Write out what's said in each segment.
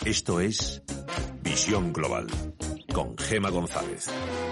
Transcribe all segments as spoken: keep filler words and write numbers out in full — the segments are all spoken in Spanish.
Esto es Visión Global, con Gema González.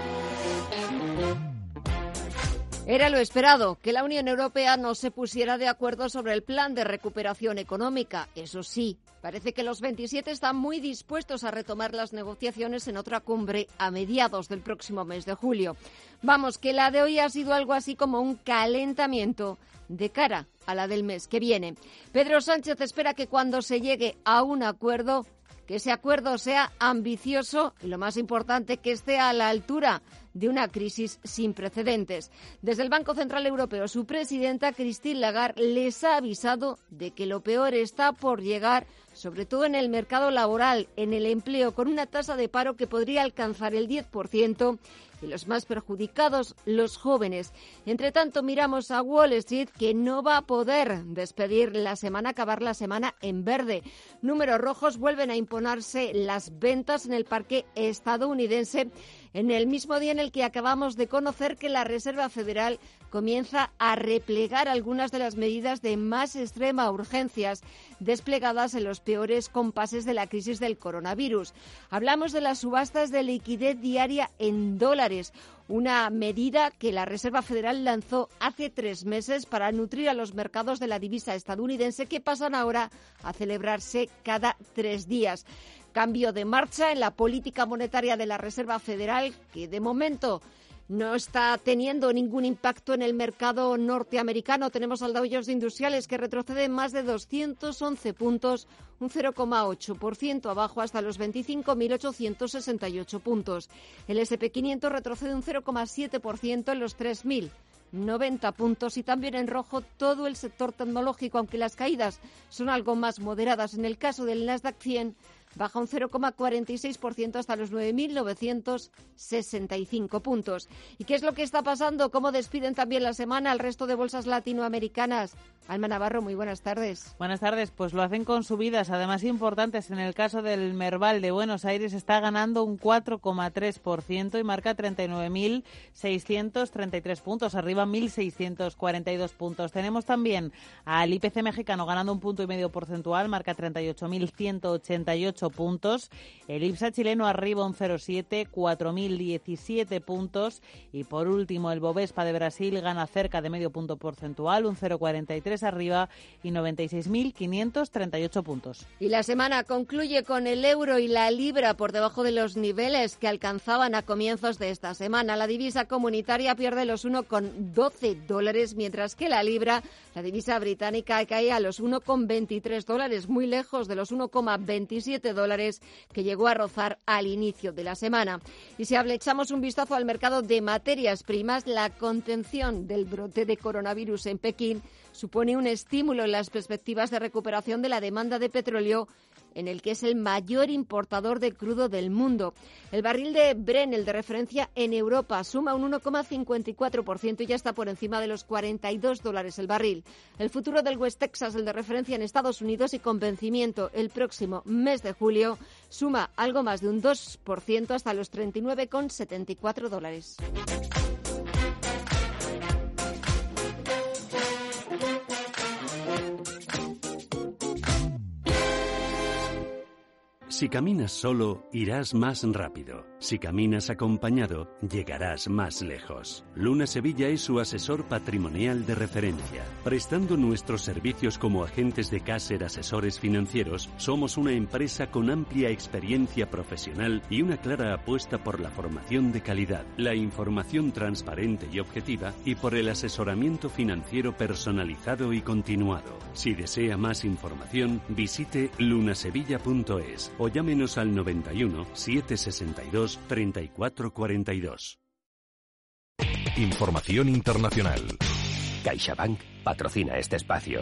Era lo esperado, que la Unión Europea no se pusiera de acuerdo sobre el plan de recuperación económica. Eso sí, parece que los veintisiete están muy dispuestos a retomar las negociaciones en otra cumbre a mediados del próximo mes de julio. Vamos, que la de hoy ha sido algo así como un calentamiento de cara a la del mes que viene. Pedro Sánchez espera que cuando se llegue a un acuerdo, que ese acuerdo sea ambicioso y, lo más importante, que esté a la altura de una crisis sin precedentes. Desde el Banco Central Europeo, su presidenta Christine Lagarde les ha avisado de que lo peor está por llegar, sobre todo en el mercado laboral, en el empleo, con una tasa de paro que podría alcanzar el diez por ciento y los más perjudicados, los jóvenes. Entre tanto, miramos a Wall Street, que no va a poder despedir la semana, acabar la semana en verde. Números rojos, vuelven a imponerse las ventas en el parque estadounidense en el mismo día en el que acabamos de conocer que la Reserva Federal comienza a replegar algunas de las medidas de más extrema urgencia desplegadas en los peores compases de la crisis del coronavirus. Hablamos de las subastas de liquidez diaria en dólares, una medida que la Reserva Federal lanzó hace tres meses para nutrir a los mercados de la divisa estadounidense, que pasan ahora a celebrarse cada tres días. Cambio de marcha en la política monetaria de la Reserva Federal, que de momento no está teniendo ningún impacto en el mercado norteamericano. Tenemos al Dow Jones Industriales, que retrocede más de doscientos once puntos, un cero coma ocho por ciento abajo hasta los veinticinco mil ochocientos sesenta y ocho puntos. El ese and pe quinientos retrocede un cero coma siete por ciento en los tres mil noventa puntos, y también en rojo todo el sector tecnológico, aunque las caídas son algo más moderadas. En el caso del Nasdaq cien, baja un cero coma cuarenta y seis por ciento hasta los nueve mil novecientos sesenta y cinco puntos. ¿Y qué es lo que está pasando? ¿Cómo despiden también la semana al resto de bolsas latinoamericanas? Alma Navarro, muy buenas tardes. Buenas tardes. Pues lo hacen con subidas, además importantes. En el caso del Merval de Buenos Aires está ganando un cuatro coma tres por ciento y marca treinta y nueve mil seiscientos treinta y tres puntos, arriba mil seiscientos cuarenta y dos puntos. Tenemos también al I P C mexicano ganando un punto y medio porcentual, marca treinta y ocho mil ciento ochenta y ocho puntos. El IPSA chileno arriba un cero coma siete, cuatro mil diecisiete puntos. Y por último, el Bovespa de Brasil gana cerca de medio punto porcentual, un cero coma cuarenta y tres arriba y noventa y seis mil quinientos treinta y ocho puntos. Y la semana concluye con el euro y la libra por debajo de los niveles que alcanzaban a comienzos de esta semana. La divisa comunitaria pierde los uno coma doce dólares, mientras que la libra, la divisa británica, cae a los uno coma veintitrés dólares, muy lejos de los uno coma veintisiete dólares que llegó a rozar al inicio de la semana. Y si echamos un vistazo al mercado de materias primas, la contención del brote de coronavirus en Pekín supone un estímulo en las perspectivas de recuperación de la demanda de petróleo, en el que es el mayor importador de crudo del mundo. El barril de Brent, el de referencia en Europa, suma un uno coma cincuenta y cuatro por ciento y ya está por encima de los cuarenta y dos dólares el barril. El futuro del West Texas, el de referencia en Estados Unidos y con vencimiento el próximo mes de julio, suma algo más de un dos por ciento hasta los treinta y nueve coma setenta y cuatro dólares. Si caminas solo, irás más rápido. Si caminas acompañado, llegarás más lejos. Luna Sevilla es su asesor patrimonial de referencia. Prestando nuestros servicios como agentes de Caser Asesores Financieros, somos una empresa con amplia experiencia profesional y una clara apuesta por la formación de calidad, la información transparente y objetiva y por el asesoramiento financiero personalizado y continuado. Si desea más información, visite lunasevilla punto es o llámenos al noventa y uno, setecientos sesenta y dos, treinta y cuatro cuarenta y dos. Información internacional. CaixaBank patrocina este espacio.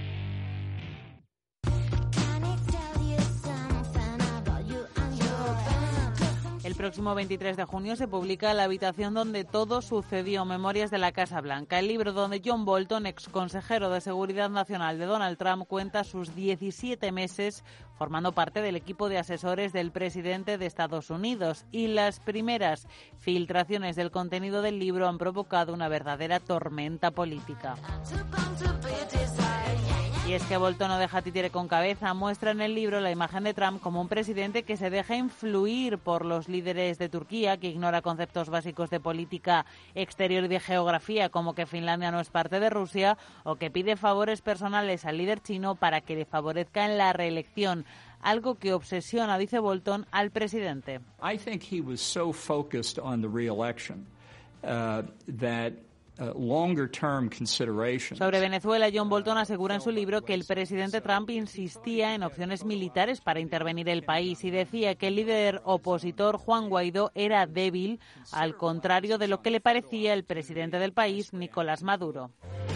El próximo veintitrés de junio se publica La habitación donde todo sucedió, Memorias de la Casa Blanca, el libro donde John Bolton, ex consejero de Seguridad Nacional de Donald Trump, cuenta sus diecisiete meses formando parte del equipo de asesores del presidente de Estados Unidos. Y las primeras filtraciones del contenido del libro han provocado una verdadera tormenta política. Y es que Bolton no deja títere con cabeza. Muestra en el libro la imagen de Trump como un presidente que se deja influir por los líderes de Turquía, que ignora conceptos básicos de política exterior y de geografía, como que Finlandia no es parte de Rusia, o que pide favores personales al líder chino para que le favorezca en la reelección. Algo que obsesiona, dice Bolton, al presidente. I think he was so focused on the re-election uh, that uh, longer-term considerations. Sobre Venezuela, John Bolton asegura en su libro que el presidente Trump insistía en opciones militares para intervenir el país y decía que el líder opositor Juan Guaidó era débil, al contrario de lo que le parecía el presidente del país, Nicolás Maduro.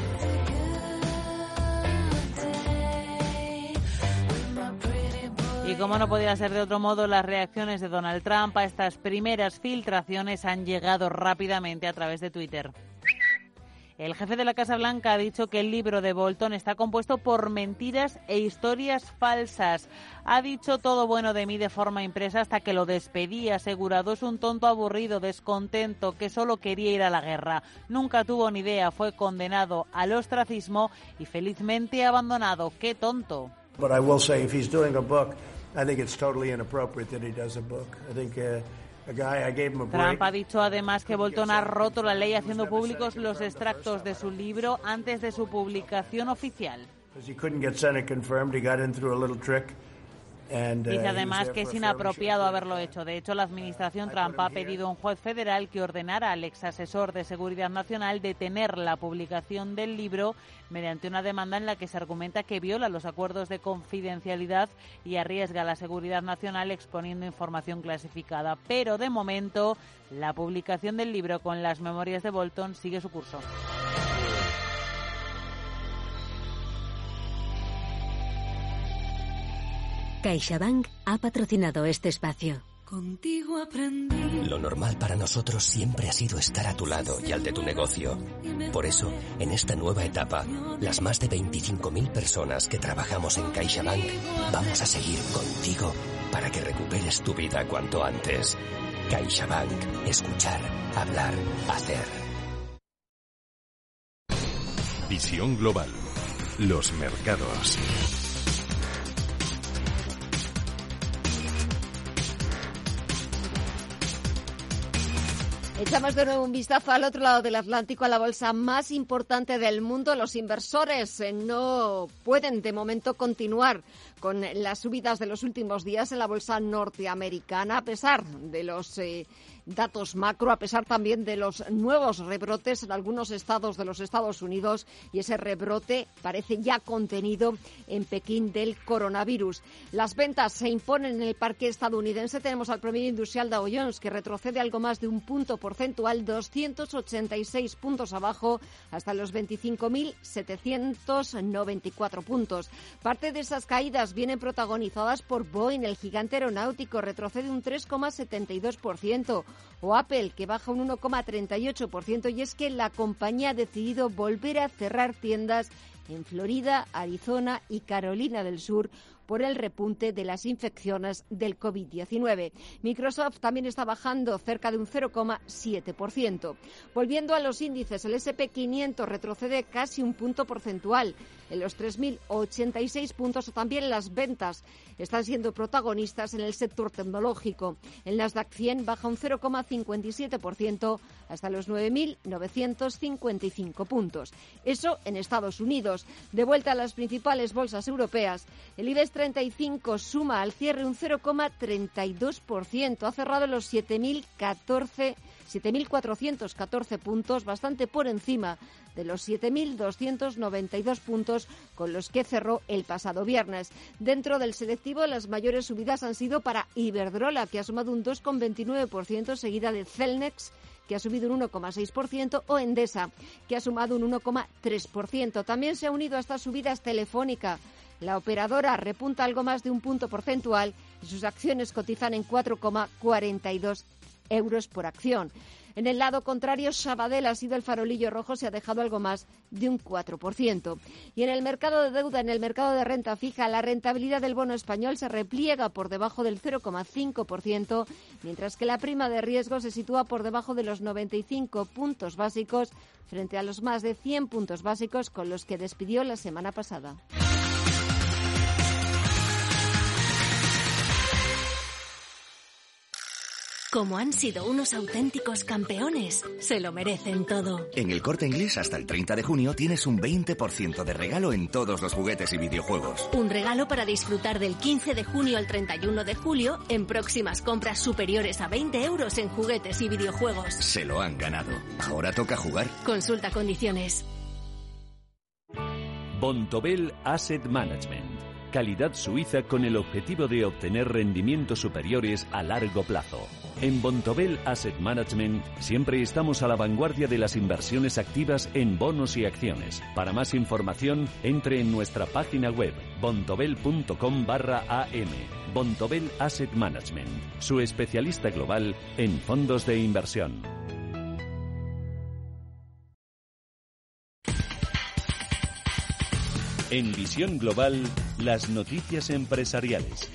Y como no podía ser de otro modo, las reacciones de Donald Trump a estas primeras filtraciones han llegado rápidamente a través de Twitter. El jefe de la Casa Blanca ha dicho que el libro de Bolton está compuesto por mentiras e historias falsas. Ha dicho todo bueno de mí de forma impresa hasta que lo despedí. Asegurado, es un tonto aburrido, descontento, que solo quería ir a la guerra. Nunca tuvo ni idea, fue condenado al ostracismo y felizmente abandonado. ¡Qué tonto! But I will say, if he's doing a book, I think it's totally inappropriate that he does a book. I think uh, a guy, I gave him a break. Trump ha dicho además que Bolton ha roto la ley haciendo públicos los extractos de su libro antes de su publicación oficial. Because he couldn't get Senate confirmed, he got in through a little trick. And, uh, Dice además que es inapropiado haberlo hecho. De hecho, la administración Trump ha pedido a un juez federal que ordenara al ex asesor de Seguridad Nacional detener la publicación del libro mediante una demanda en la que se argumenta que viola los acuerdos de confidencialidad y arriesga la seguridad nacional exponiendo información clasificada. Pero de momento, la publicación del libro con las memorias de Bolton sigue su curso. CaixaBank ha patrocinado este espacio. Contigo aprendí. Lo normal para nosotros siempre ha sido estar a tu lado y al de tu negocio. Por eso, en esta nueva etapa, las más de veinticinco mil personas que trabajamos en CaixaBank vamos a seguir contigo para que recuperes tu vida cuanto antes. CaixaBank. Escuchar, hablar, hacer. Visión global. Los mercados. Echamos de nuevo un vistazo al otro lado del Atlántico, a la bolsa más importante del mundo. Los inversores eh, no pueden de momento continuar con las subidas de los últimos días en la bolsa norteamericana, a pesar de los eh, datos macro, a pesar también de los nuevos rebrotes en algunos estados de los Estados Unidos, y ese rebrote parece ya contenido en Pekín del coronavirus. Las ventas se imponen en el parque estadounidense. Tenemos al promedio industrial Dow Jones, que retrocede algo más de un punto porcentual, doscientos ochenta y seis puntos abajo, hasta los veinticinco mil setecientos noventa y cuatro puntos. Parte de esas caídas vienen protagonizadas por Boeing, el gigante aeronáutico, retrocede un tres coma setenta y dos por ciento, o Apple, que baja un uno coma treinta y ocho por ciento, y es que la compañía ha decidido volver a cerrar tiendas en Florida, Arizona y Carolina del Sur por el repunte de las infecciones del COVID diecinueve. Microsoft también está bajando cerca de un cero coma siete por ciento. Volviendo a los índices, el ese and pe quinientos retrocede casi un punto porcentual en los tres mil ochenta y seis puntos. También las ventas están siendo protagonistas en el sector tecnológico. El Nasdaq cien baja un cero coma cincuenta y siete por ciento hasta los nueve mil novecientos cincuenta y cinco puntos. Eso en Estados Unidos. De vuelta a las principales bolsas europeas, el IBEX treinta y cinco suma al cierre un cero coma treinta y dos por ciento. Ha cerrado los siete mil cuatrocientos catorce puntos, bastante por encima de los siete mil doscientos noventa y dos puntos con los que cerró el pasado viernes. Dentro del selectivo, las mayores subidas han sido para Iberdrola, que ha sumado un dos coma veintinueve por ciento, seguida de Celnex, que ha subido un uno coma seis por ciento, o Endesa, que ha sumado un uno coma tres por ciento. También se ha unido a estas subidas Telefónica. La operadora repunta algo más de un punto porcentual y sus acciones cotizan en cuatro coma cuarenta y dos euros por acción. En el lado contrario, Sabadell ha sido el farolillo rojo, se ha dejado algo más de un cuatro por ciento. Y en el mercado de deuda, en el mercado de renta fija, la rentabilidad del bono español se repliega por debajo del cero coma cinco por ciento, mientras que la prima de riesgo se sitúa por debajo de los noventa y cinco puntos básicos frente a los más de cien puntos básicos con los que despidió la semana pasada. Como han sido unos auténticos campeones, se lo merecen todo. En el Corte Inglés hasta el treinta de junio tienes un veinte por ciento de regalo en todos los juguetes y videojuegos. Un regalo para disfrutar del quince de junio al treinta y uno de julio en próximas compras superiores a veinte euros en juguetes y videojuegos. Se lo han ganado. Ahora toca jugar. Consulta condiciones. Bontobel Asset Management. Calidad suiza con el objetivo de obtener rendimientos superiores a largo plazo. En Bontobel Asset Management siempre estamos a la vanguardia de las inversiones activas en bonos y acciones. Para más información, entre en nuestra página web bontobel.com barra am. Bontobel Asset Management, su especialista global en fondos de inversión. En Visión Global, las noticias empresariales.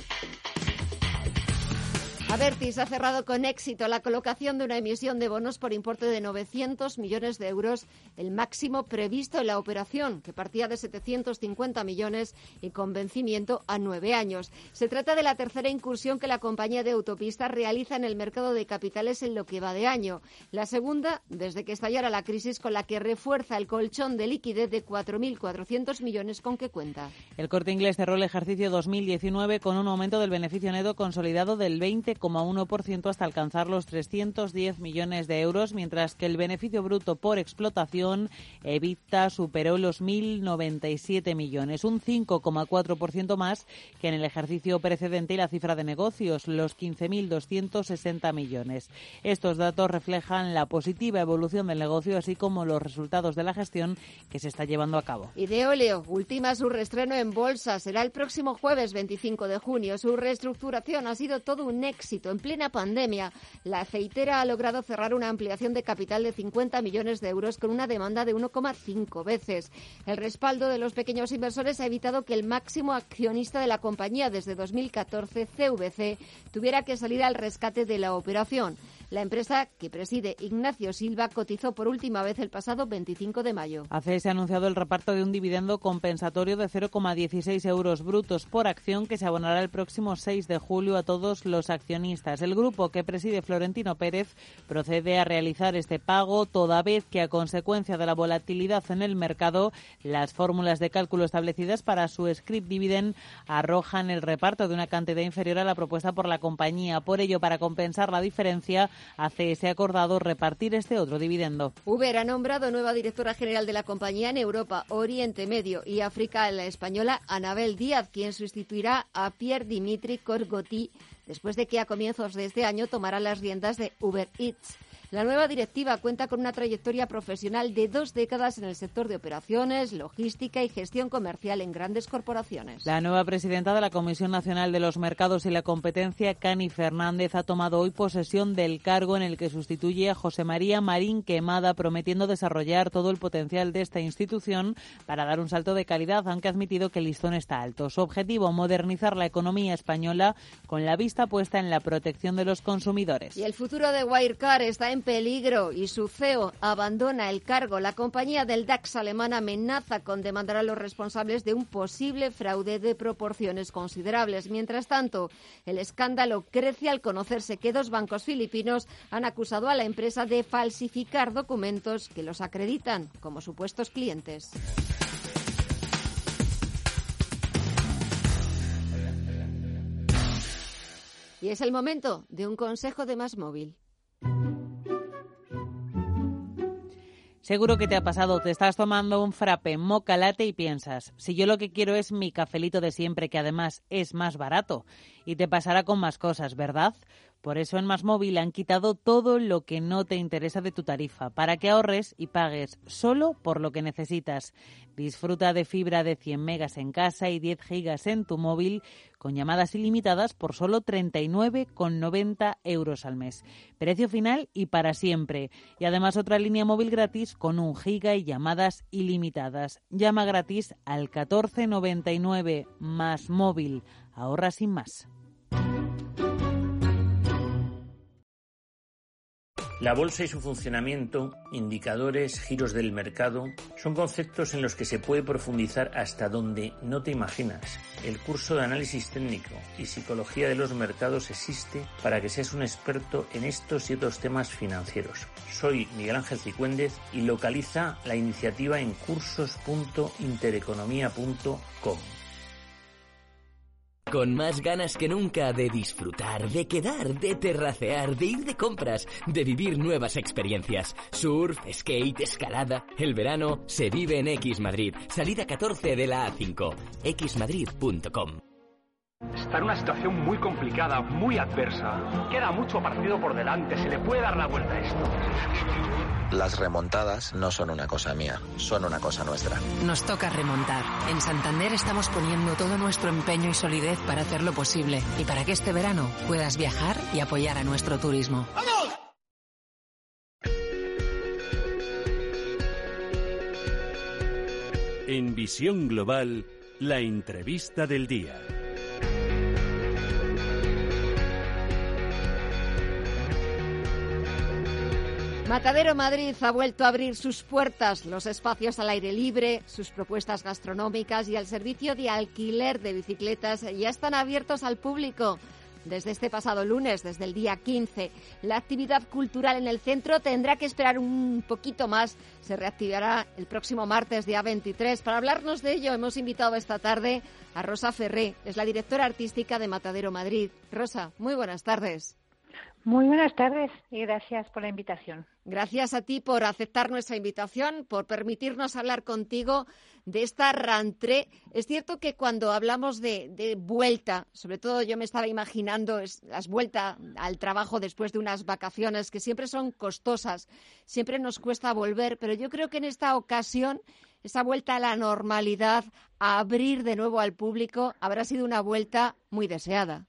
Abertis ha cerrado con éxito la colocación de una emisión de bonos por importe de novecientos millones de euros, el máximo previsto en la operación, que partía de setecientos cincuenta millones y con vencimiento a nueve años. Se trata de la tercera incursión que la compañía de autopistas realiza en el mercado de capitales en lo que va de año. La segunda, desde que estallara la crisis, con la que refuerza el colchón de liquidez de cuatro mil cuatrocientos millones con que cuenta. El Corte Inglés cerró el ejercicio dos mil diecinueve con un aumento del beneficio neto consolidado del veinte coma uno por ciento hasta alcanzar los trescientos diez millones de euros, mientras que el beneficio bruto por explotación, EBITDA, superó los mil noventa y siete millones, un cinco coma cuatro por ciento más que en el ejercicio precedente, y la cifra de negocios, los quince mil doscientos sesenta millones. Estos datos reflejan la positiva evolución del negocio, así como los resultados de la gestión que se está llevando a cabo. Ideoleo ultima su reestreno en bolsa. Será el próximo jueves veinticinco de junio. Su reestructuración ha sido todo un éxito. En plena pandemia, la aceitera ha logrado cerrar una ampliación de capital de cincuenta millones de euros con una demanda de uno coma cinco veces. El respaldo de los pequeños inversores ha evitado que el máximo accionista de la compañía desde dos mil catorce, C V C, tuviera que salir al rescate de la operación. La empresa que preside Ignacio Silva cotizó por última vez el pasado veinticinco de mayo. A C E S ha anunciado el reparto de un dividendo compensatorio de cero coma dieciséis euros brutos por acción que se abonará el próximo seis de julio a todos los accionistas. El grupo que preside Florentino Pérez procede a realizar este pago toda vez que, a consecuencia de la volatilidad en el mercado, las fórmulas de cálculo establecidas para su scrip dividend arrojan el reparto de una cantidad inferior a la propuesta por la compañía. Por ello, para compensar la diferencia, A C E S ha acordado repartir este otro dividendo. Uber ha nombrado nueva directora general de la compañía en Europa, Oriente Medio y África, la española Anabel Díaz, quien sustituirá a Pierre-Dimitri Corgoti después de que a comienzos de este año tomara las riendas de Uber Eats. La nueva directiva cuenta con una trayectoria profesional de dos décadas en el sector de operaciones, logística y gestión comercial en grandes corporaciones. La nueva presidenta de la Comisión Nacional de los Mercados y la Competencia, Cani Fernández, ha tomado hoy posesión del cargo en el que sustituye a José María Marín Quemada, prometiendo desarrollar todo el potencial de esta institución para dar un salto de calidad, aunque ha admitido que el listón está alto. Su objetivo, modernizar la economía española con la vista puesta en la protección de los consumidores. Y el futuro de Wirecard está en peligro y su C E O abandona el cargo. La compañía del DAX alemana amenaza con demandar a los responsables de un posible fraude de proporciones considerables. Mientras tanto, el escándalo crece al conocerse que dos bancos filipinos han acusado a la empresa de falsificar documentos que los acreditan como supuestos clientes. Y es el momento de un consejo de MásMóvil. Seguro que te ha pasado, te estás tomando un frappé mocha latte y piensas, si yo lo que quiero es mi cafelito de siempre, que además es más barato, y te pasará con más cosas, ¿verdad? Por eso en MásMóvil han quitado todo lo que no te interesa de tu tarifa, para que ahorres y pagues solo por lo que necesitas. Disfruta de fibra de cien megas en casa y diez gigas en tu móvil, con llamadas ilimitadas por solo treinta y nueve con noventa euros al mes. Precio final y para siempre. Y además otra línea móvil gratis con un giga y llamadas ilimitadas. Llama gratis al catorce noventa y nueve. MásMóvil. Ahorra sin más. La bolsa y su funcionamiento, indicadores, giros del mercado, son conceptos en los que se puede profundizar hasta donde no te imaginas. El curso de análisis técnico y psicología de los mercados existe para que seas un experto en estos y otros temas financieros. Soy Miguel Ángel Cicúendez y localiza la iniciativa en cursos punto intereconomía punto com. Con más ganas que nunca de disfrutar, de quedar, de terracear, de ir de compras, de vivir nuevas experiencias. Surf, skate, escalada. El verano se vive en X Madrid. Salida catorce de la A cinco. x madrid punto com. Está en una situación muy complicada, muy adversa. Queda mucho partido por delante, se le puede dar la vuelta a esto. Las remontadas no son una cosa mía, son una cosa nuestra. Nos toca remontar. En Santander estamos poniendo todo nuestro empeño y solidez para hacerlo posible y para que este verano puedas viajar y apoyar a nuestro turismo. ¡Vamos! En Visión Global, la entrevista del día. Matadero Madrid ha vuelto a abrir sus puertas, los espacios al aire libre, sus propuestas gastronómicas y el servicio de alquiler de bicicletas ya están abiertos al público. Desde este pasado lunes, desde el día quince, la actividad cultural en el centro tendrá que esperar un poquito más. Se reactivará el próximo martes, día veintitrés. Para hablarnos de ello, hemos invitado esta tarde a Rosa Ferré, es la directora artística de Matadero Madrid. Rosa, muy buenas tardes. Muy buenas tardes y gracias por la invitación. Gracias a ti por aceptar nuestra invitación, por permitirnos hablar contigo de esta rentrée. Es cierto que cuando hablamos de, de vuelta, sobre todo yo me estaba imaginando es, las vueltas al trabajo después de unas vacaciones que siempre son costosas, siempre nos cuesta volver, pero yo creo que en esta ocasión esa vuelta a la normalidad, a abrir de nuevo al público, habrá sido una vuelta muy deseada.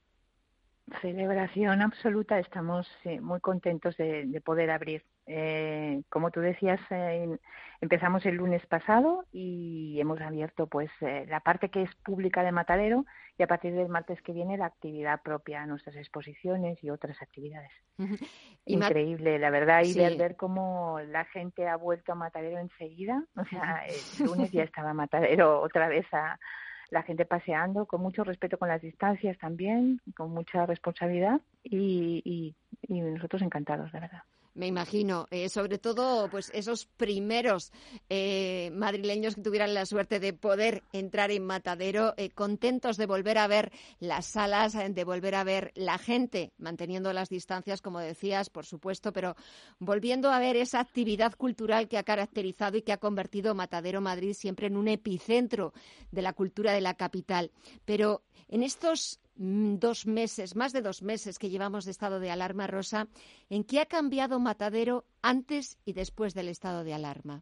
Celebración absoluta, estamos eh, muy contentos de, de poder abrir. Eh, como tú decías, eh, empezamos el lunes pasado y hemos abierto pues eh, la parte que es pública de Matadero y a partir del martes que viene la actividad propia, nuestras exposiciones y otras actividades. Uh-huh. Increíble, la verdad, y sí. ver, ver cómo la gente ha vuelto a Matadero enseguida. O sea, el lunes ya estaba Matadero otra vez a... la gente paseando, con mucho respeto con las distancias también, con mucha responsabilidad y, y, y nosotros encantados, la verdad. Me imagino, eh, sobre todo pues esos primeros eh, madrileños que tuvieran la suerte de poder entrar en Matadero, eh, contentos de volver a ver las salas, de volver a ver la gente, manteniendo las distancias, como decías, por supuesto, pero volviendo a ver esa actividad cultural que ha caracterizado y que ha convertido Matadero Madrid siempre en un epicentro de la cultura de la capital. Pero en estos dos meses, más de dos meses que llevamos de estado de alarma, Rosa, ¿en qué ha cambiado Matadero antes y después del estado de alarma?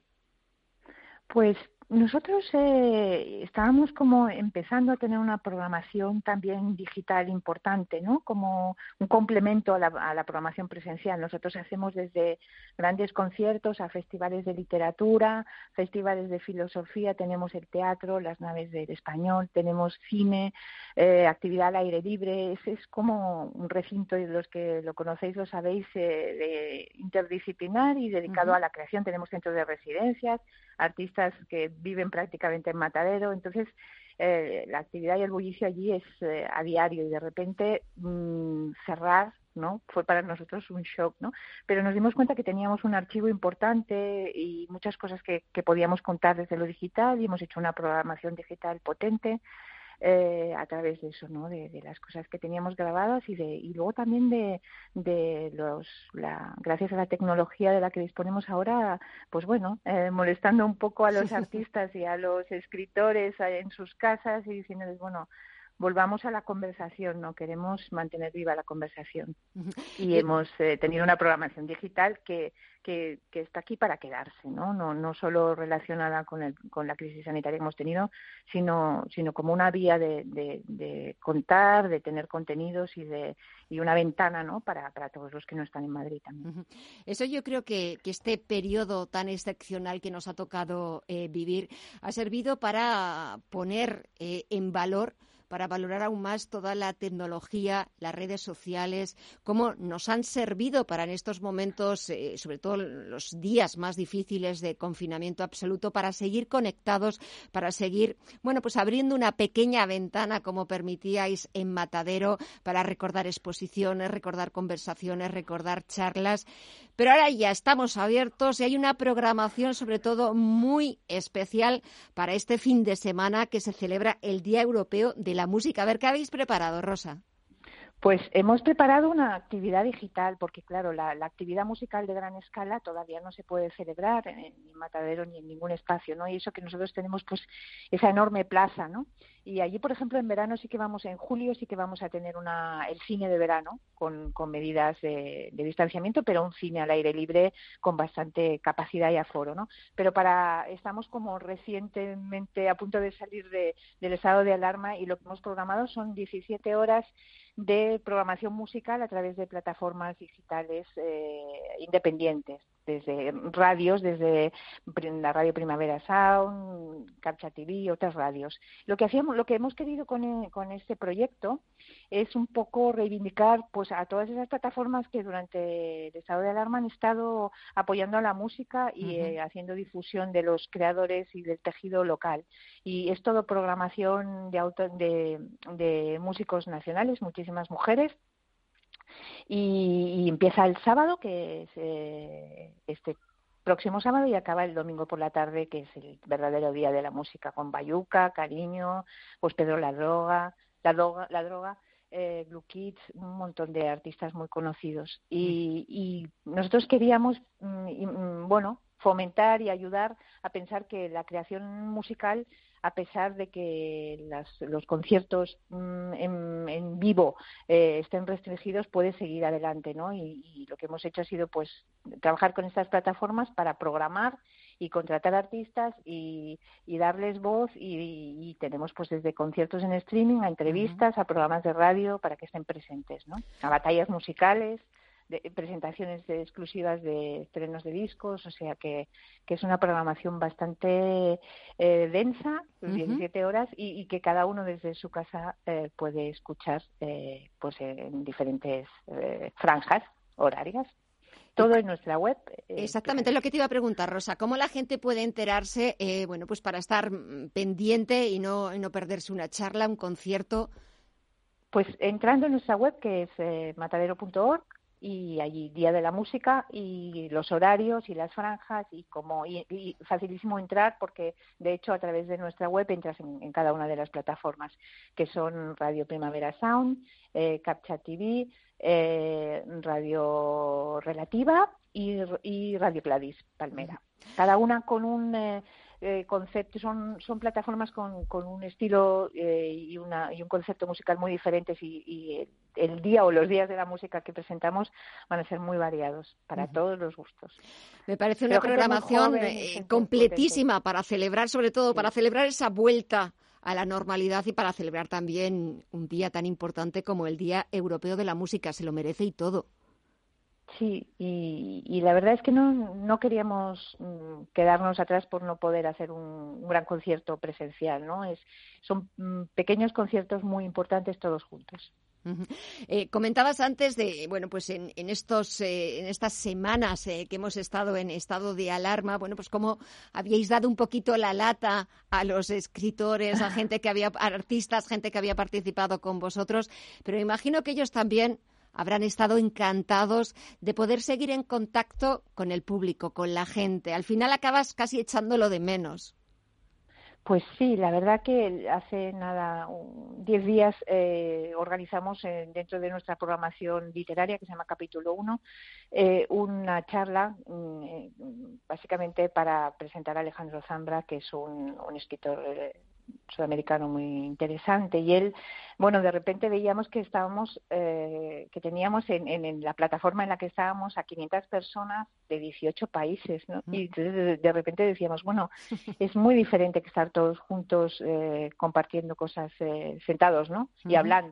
Pues nosotros eh, estábamos como empezando a tener una programación también digital importante, ¿no? Como un complemento a la, a la programación presencial. Nosotros hacemos desde grandes conciertos a festivales de literatura, festivales de filosofía, tenemos el teatro, las naves del español, tenemos cine, eh, actividad al aire libre. Es, es como un recinto, y los que lo conocéis lo sabéis, eh, de interdisciplinar y dedicado uh-huh. a la creación. Tenemos centros de residencias, artistas que viven prácticamente en Matadero, entonces eh, la actividad y el bullicio allí es eh, a diario y de repente mmm, cerrar, ¿no? Fue para nosotros un shock, ¿no? Pero nos dimos cuenta que teníamos un archivo importante y muchas cosas que, que podíamos contar desde lo digital y hemos hecho una programación digital potente. Eh, a través de eso, ¿no? De, de las cosas que teníamos grabadas y de y luego también de, de los la gracias a la tecnología de la que disponemos ahora, pues bueno, eh, molestando un poco a los artistas y a los escritores en sus casas y diciéndoles, bueno, volvamos a la conversación, ¿no? Queremos mantener viva la conversación. Y hemos eh, tenido una programación digital que, que, que está aquí para quedarse, ¿no? No, no solo relacionada con, el, con la crisis sanitaria que hemos tenido, sino, sino como una vía de, de, de contar, de tener contenidos y de y una ventana, ¿no? Para, para todos los que no están en Madrid también. Eso yo creo que, que este periodo tan excepcional que nos ha tocado eh, vivir ha servido para poner eh, en valor para valorar aún más toda la tecnología, las redes sociales, cómo nos han servido para en estos momentos, eh, sobre todo los días más difíciles de confinamiento absoluto, para seguir conectados, para seguir, bueno, pues abriendo una pequeña ventana, como permitíais en Matadero, para recordar exposiciones, recordar conversaciones, recordar charlas. Pero ahora ya estamos abiertos y hay una programación, sobre todo, muy especial para este fin de semana que se celebra el Día Europeo de la Música. A ver, ¿qué habéis preparado, Rosa? Pues hemos preparado una actividad digital, porque claro, la, la actividad musical de gran escala todavía no se puede celebrar en, en Matadero ni en ningún espacio, ¿no? Y eso que nosotros tenemos, pues, esa enorme plaza, ¿no? Y allí, por ejemplo, en verano sí que vamos, en julio sí que vamos a tener una el cine de verano con, con medidas de, de distanciamiento, pero un cine al aire libre con bastante capacidad y aforo, ¿no? Pero para estamos como recientemente a punto de salir de, del estado de alarma y lo que hemos programado son diecisiete horas de programación musical a través de plataformas digitales eh, independientes, desde radios, desde la radio Primavera Sound, Captcha T V y otras radios. Lo que hacíamos, lo que hemos querido con, con este proyecto es un poco reivindicar, pues, a todas esas plataformas que durante el estado de alarma han estado apoyando a la música y uh-huh. eh, haciendo difusión de los creadores y del tejido local. Y es todo programación de auto, de, de músicos nacionales, muchísimas mujeres. Y, y empieza el sábado, que es eh, este próximo sábado, y acaba el domingo por la tarde, que es el verdadero día de la música, con Bayuca, Cariño, pues Pedro La Droga, La Droga, La Droga eh, Blue Kids, un montón de artistas muy conocidos. Y, y nosotros queríamos, mm, bueno, fomentar y ayudar a pensar que la creación musical, a pesar de que las, los conciertos mmm, en, en vivo eh, estén restringidos, puede seguir adelante, ¿no? Y, y lo que hemos hecho ha sido, pues, trabajar con estas plataformas para programar y contratar artistas y, y darles voz y, y, y tenemos, pues, desde conciertos en streaming a entrevistas, uh-huh. a programas de radio para que estén presentes, ¿no? A batallas musicales, de presentaciones de, exclusivas de estrenos de discos, o sea que, que es una programación bastante eh, densa, uh-huh. diecisiete horas, y, y que cada uno desde su casa eh, puede escuchar eh, pues en diferentes eh, franjas horarias. Todo en nuestra web. Eh, Exactamente, es lo que te iba a preguntar, Rosa. ¿Cómo la gente puede enterarse, eh, bueno, pues para estar pendiente y no, y no perderse una charla, un concierto? Pues entrando en nuestra web, que es eh, matadero punto org, y allí Día de la Música y los horarios y las franjas y como y, y facilísimo entrar, porque de hecho a través de nuestra web entras en, en cada una de las plataformas, que son Radio Primavera Sound, eh, Captcha T V, eh, Radio Relativa y, y Radio Gladys Palmera, cada una con un eh, Eh, conceptos, son, son plataformas con, con un estilo eh, y, una, y un concepto musical muy diferentes y, y el, el día o los días de la música que presentamos van a ser muy variados para uh-huh. todos los gustos. Me parece una Pero programación joven, eh, completísima para celebrar, sobre todo sí. para celebrar esa vuelta a la normalidad y para celebrar también un día tan importante como el Día Europeo de la Música. Se lo merece y todo. Sí, y, y la verdad es que no, no queríamos mm, quedarnos atrás por no poder hacer un, un gran concierto presencial, ¿no? Es, son mm, pequeños conciertos muy importantes todos juntos. Uh-huh. Eh, comentabas antes de, bueno, pues en, en estos, eh, en estas semanas eh, que hemos estado en estado de alarma, bueno, pues cómo habíais dado un poquito la lata a los escritores, a gente que había, a artistas, gente que había participado con vosotros, pero imagino que ellos también habrán estado encantados de poder seguir en contacto con el público, con la gente. Al final acabas casi echándolo de menos. Pues sí, la verdad que hace nada, diez días eh, organizamos eh, dentro de nuestra programación literaria, que se llama Capítulo uno, eh, una charla eh, básicamente para presentar a Alejandro Zambra, que es un, un escritor eh, sudamericano muy interesante, y él, bueno, de repente veíamos que estábamos, eh, que teníamos en, en, en la plataforma en la que estábamos a quinientas personas de dieciocho países, ¿no? Y entonces de, de repente decíamos, bueno, es muy diferente que estar todos juntos eh, compartiendo cosas, eh, sentados, ¿no? Y uh-huh. hablando.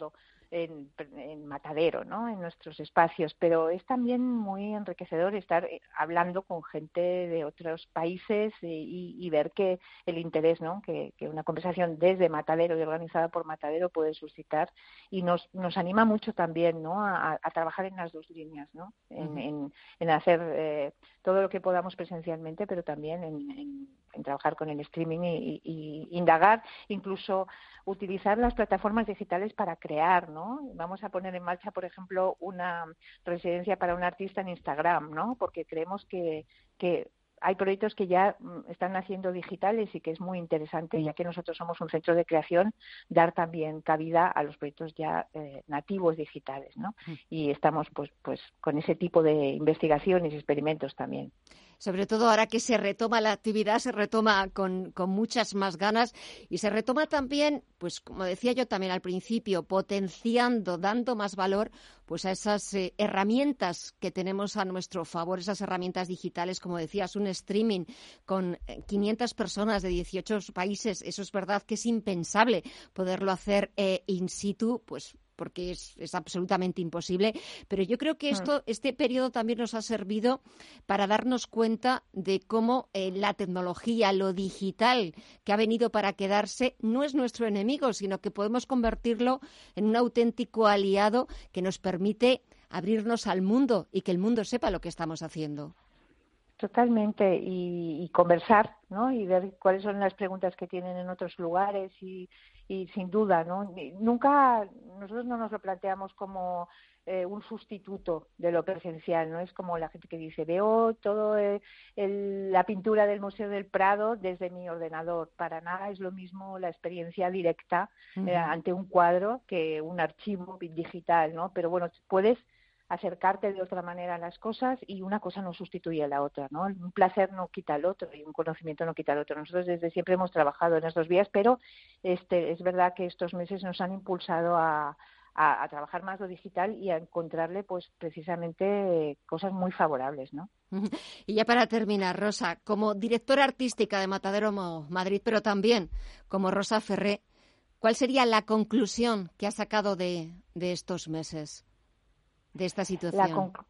en, en Matadero, ¿no? En nuestros espacios, pero es también muy enriquecedor estar hablando con gente de otros países y, y ver que el interés, ¿no? Que, que una conversación desde Matadero y organizada por Matadero puede suscitar, y nos nos anima mucho también, ¿no? A, a trabajar en las dos líneas, ¿no? En, uh-huh. en, en hacer eh, todo lo que podamos presencialmente, pero también en, en, en trabajar con el streaming y, y, y indagar, incluso utilizar las plataformas digitales para crear, ¿no? Vamos a poner en marcha, por ejemplo, una residencia para un artista en Instagram, ¿no? Porque creemos que, que hay proyectos que ya están naciendo digitales y que es muy interesante, ya que nosotros somos un centro de creación, dar también cabida a los proyectos ya eh, nativos digitales, ¿no? Y estamos pues pues con ese tipo de investigaciones y experimentos también. Sobre todo ahora que se retoma la actividad, se retoma con, con muchas más ganas y se retoma también, pues como decía yo también al principio, potenciando, dando más valor pues a esas eh, herramientas que tenemos a nuestro favor, esas herramientas digitales, como decías, un streaming con quinientas personas de dieciocho países. Eso es verdad que es impensable poderlo hacer eh, in situ, pues porque es, es absolutamente imposible, pero yo creo que esto, este periodo también nos ha servido para darnos cuenta de cómo eh, la tecnología, lo digital que ha venido para quedarse, no es nuestro enemigo, sino que podemos convertirlo en un auténtico aliado que nos permite abrirnos al mundo y que el mundo sepa lo que estamos haciendo. Totalmente, y, y conversar, ¿no? Y ver cuáles son las preguntas que tienen en otros lugares y, y sin duda, ¿no? Nunca, nosotros no nos lo planteamos como eh, un sustituto de lo presencial, ¿no? Es como la gente que dice, veo todo el, el, la pintura del Museo del Prado desde mi ordenador. Para nada es lo mismo la experiencia directa uh-huh. eh, ante un cuadro que un archivo digital, ¿no? Pero bueno, puedes acercarte de otra manera a las cosas y una cosa no sustituye a la otra, ¿no? Un placer no quita al otro y un conocimiento no quita al otro. Nosotros desde siempre hemos trabajado en estos vías, pero este es verdad que estos meses nos han impulsado a, a, a trabajar más lo digital y a encontrarle pues precisamente cosas muy favorables, ¿no? Y ya para terminar, Rosa, como directora artística de Matadero Madrid, pero también como Rosa Ferré, ¿cuál sería la conclusión que has sacado de, de estos meses? De esta situación. Conc-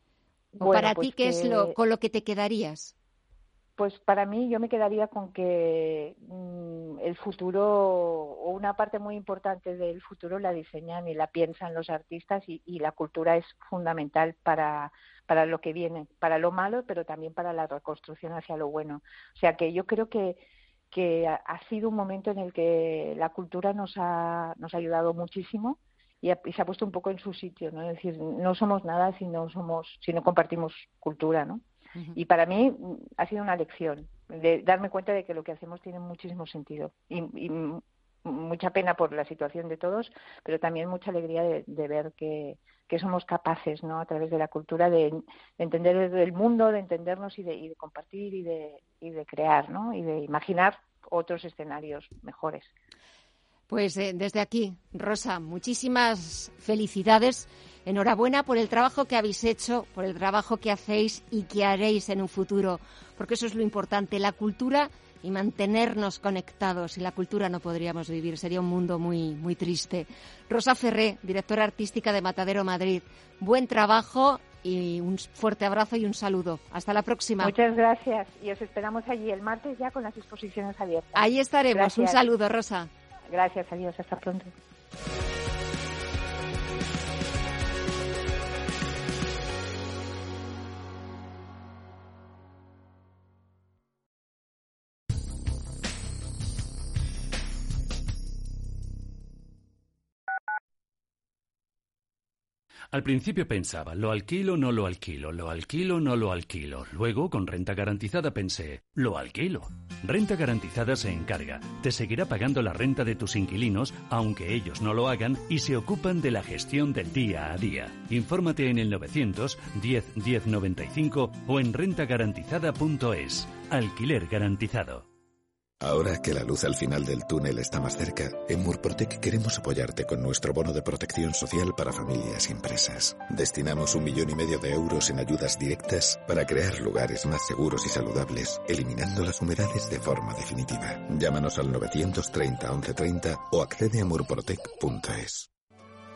¿O bueno, para pues ti qué que, es lo con lo que te quedarías? Pues para mí yo me quedaría con que mmm, el futuro, o una parte muy importante del futuro, la diseñan y la piensan los artistas, y, y la cultura es fundamental para, para lo que viene, para lo malo, pero también para la reconstrucción hacia lo bueno. O sea que yo creo que que ha sido un momento en el que la cultura nos ha, nos ha ayudado muchísimo. Y, y se ha puesto un poco en su sitio, ¿no? Es decir, no somos nada si no somos, si no compartimos cultura, ¿no? Uh-huh. Y para mí ha sido una lección de darme cuenta de que lo que hacemos tiene muchísimo sentido y, y mucha pena por la situación de todos, pero también mucha alegría de, de ver que, que somos capaces, ¿no? A través de la cultura de, de entender el mundo, de entendernos y de, y de compartir y de, y de crear, ¿no? Y de imaginar otros escenarios mejores. Pues eh, desde aquí, Rosa, muchísimas felicidades. Enhorabuena por el trabajo que habéis hecho, por el trabajo que hacéis y que haréis en un futuro, porque eso es lo importante, la cultura y mantenernos conectados. Sin la cultura no podríamos vivir, sería un mundo muy, muy triste. Rosa Ferré, directora artística de Matadero Madrid, buen trabajo y un fuerte abrazo y un saludo. Hasta la próxima. Muchas gracias y os esperamos allí el martes ya con las exposiciones abiertas. Ahí estaremos. Gracias. Un saludo, Rosa. Gracias, adiós, hasta pronto. Al principio pensaba, lo alquilo, no lo alquilo, lo alquilo, no lo alquilo. Luego, con renta garantizada pensé, lo alquilo. Renta garantizada se encarga, te seguirá pagando la renta de tus inquilinos, aunque ellos no lo hagan, y se ocupan de la gestión del día a día. Infórmate en el novecientos diez diez noventa y cinco o en renta garantizada punto es. Alquiler garantizado. Ahora que la luz al final del túnel está más cerca, en Murprotec queremos apoyarte con nuestro bono de protección social para familias y empresas. Destinamos un millón y medio de euros en ayudas directas para crear lugares más seguros y saludables, eliminando las humedades de forma definitiva. Llámanos al novecientos treinta once treinta o accede a murprotec punto es.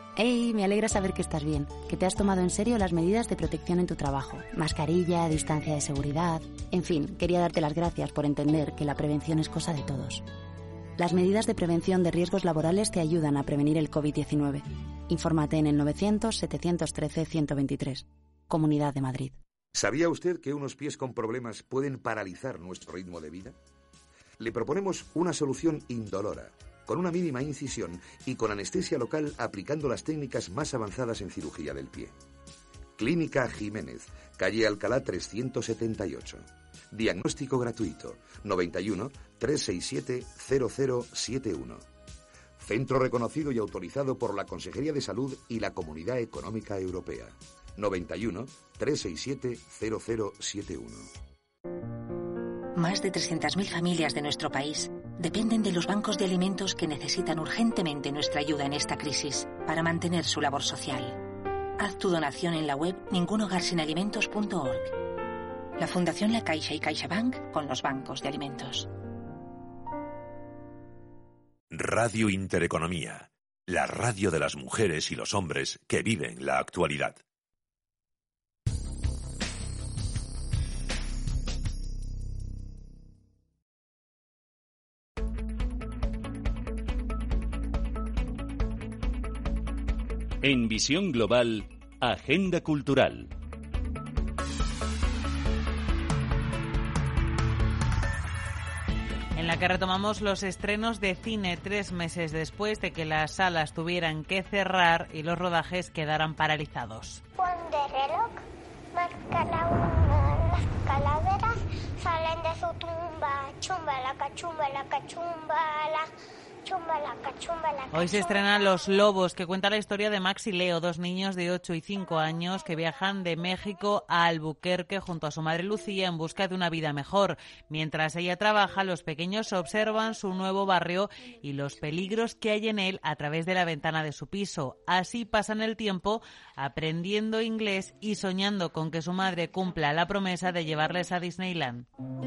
Hey, me alegra saber que estás bien, que te has tomado en serio las medidas de protección en tu trabajo. Mascarilla, distancia de seguridad... En fin, quería darte las gracias por entender que la prevención es cosa de todos. Las medidas de prevención de riesgos laborales te ayudan a prevenir el covid diecinueve. Infórmate en el novecientos, setecientos trece, ciento veintitrés. Comunidad de Madrid. ¿Sabía usted que unos pies con problemas pueden paralizar nuestro ritmo de vida? Le proponemos una solución indolora, con una mínima incisión y con anestesia local aplicando las técnicas más avanzadas en cirugía del pie. Clínica Jiménez, calle Alcalá trescientos setenta y ocho. Diagnóstico gratuito, noventa y uno, trescientos sesenta y siete, cero cero siete uno. Centro reconocido y autorizado por la Consejería de Salud y la Comunidad Económica Europea. noventa y uno, trescientos sesenta y siete, cero cero siete uno. Más de trescientas mil familias de nuestro país dependen de los bancos de alimentos que necesitan urgentemente nuestra ayuda en esta crisis para mantener su labor social. Haz tu donación en la web ningunhogarsinalimentos punto org. La Fundación La Caixa y CaixaBank con los bancos de alimentos. Radio Intereconomía, la radio de las mujeres y los hombres que viven la actualidad. En Visión Global, Agenda Cultural. En la que retomamos los estrenos de cine tres meses después de que las salas tuvieran que cerrar y los rodajes quedaran paralizados. Cuando el reloj marca la una, las calaveras salen de su tumba. Chumbala, cachumbala, cachumbala. Hoy se estrenan Los Lobos, que cuenta la historia de Max y Leo, dos niños de ocho y cinco años que viajan de México a Albuquerque junto a su madre Lucía en busca de una vida mejor. Mientras ella trabaja, los pequeños observan su nuevo barrio y los peligros que hay en él a través de la ventana de su piso. Así pasan el tiempo aprendiendo inglés y soñando con que su madre cumpla la promesa de llevarles a Disneyland.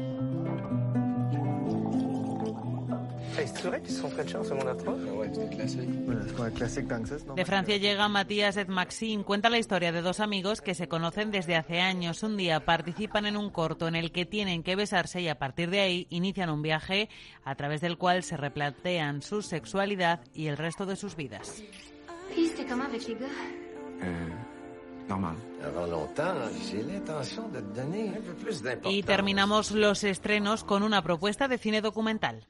De Francia llega Matías et Maxime. Cuenta la historia de dos amigos que se conocen desde hace años. Un día participan en un corto en el que tienen que besarse y a partir de ahí inician un viaje a través del cual se replantean su sexualidad y el resto de sus vidas. Y terminamos los estrenos con una propuesta de cine documental.